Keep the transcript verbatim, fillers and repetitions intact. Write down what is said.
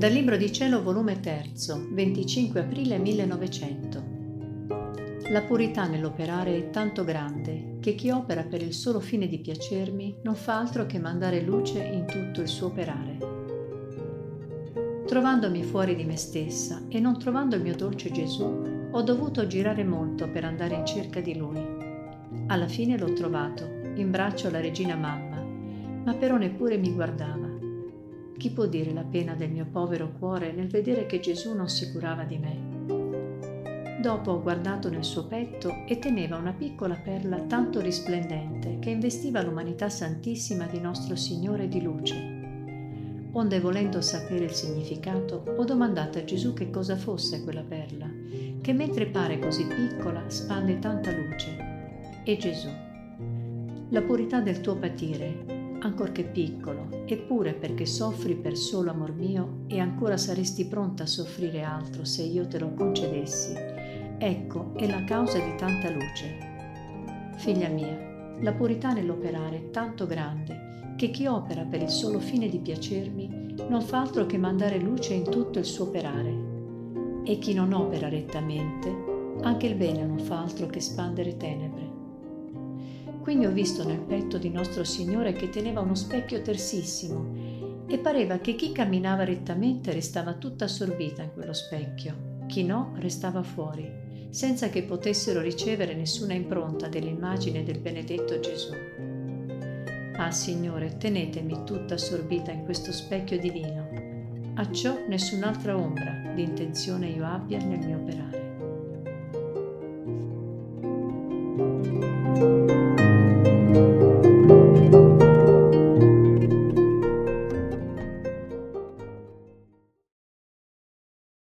Dal Libro di Cielo, volume tre, venticinque aprile millenovecento. La purità nell'operare è tanto grande che chi opera per il solo fine di piacermi non fa altro che mandare luce in tutto il suo operare. Trovandomi fuori di me stessa e non trovando il mio dolce Gesù, ho dovuto girare molto per andare in cerca di Lui. Alla fine l'ho trovato, in braccio alla Regina Mamma, ma però neppure mi guardava. Chi può dire la pena del mio povero cuore nel vedere che Gesù non si curava di me? Dopo ho guardato nel suo petto e teneva una piccola perla tanto risplendente che investiva l'umanità santissima di nostro Signore di luce. Onde, volendo sapere il significato, ho domandato a Gesù che cosa fosse quella perla, che mentre pare così piccola spande tanta luce. E Gesù: la purità del tuo patire, ancorché piccolo, eppure perché soffri per solo amor mio e ancora saresti pronta a soffrire altro se io te lo concedessi, ecco è la causa di tanta luce. Figlia mia, la purità nell'operare è tanto grande che chi opera per il solo fine di piacermi non fa altro che mandare luce in tutto il suo operare, e chi non opera rettamente, anche il bene non fa altro che spandere tenebre. Quindi ho visto nel petto di nostro Signore che teneva uno specchio tersissimo e pareva che chi camminava rettamente restava tutta assorbita in quello specchio, chi no restava fuori, senza che potessero ricevere nessuna impronta dell'immagine del benedetto Gesù. Ah Signore, tenetemi tutta assorbita in questo specchio divino, acciò nessun'altra ombra di intenzione io abbia nel mio operare.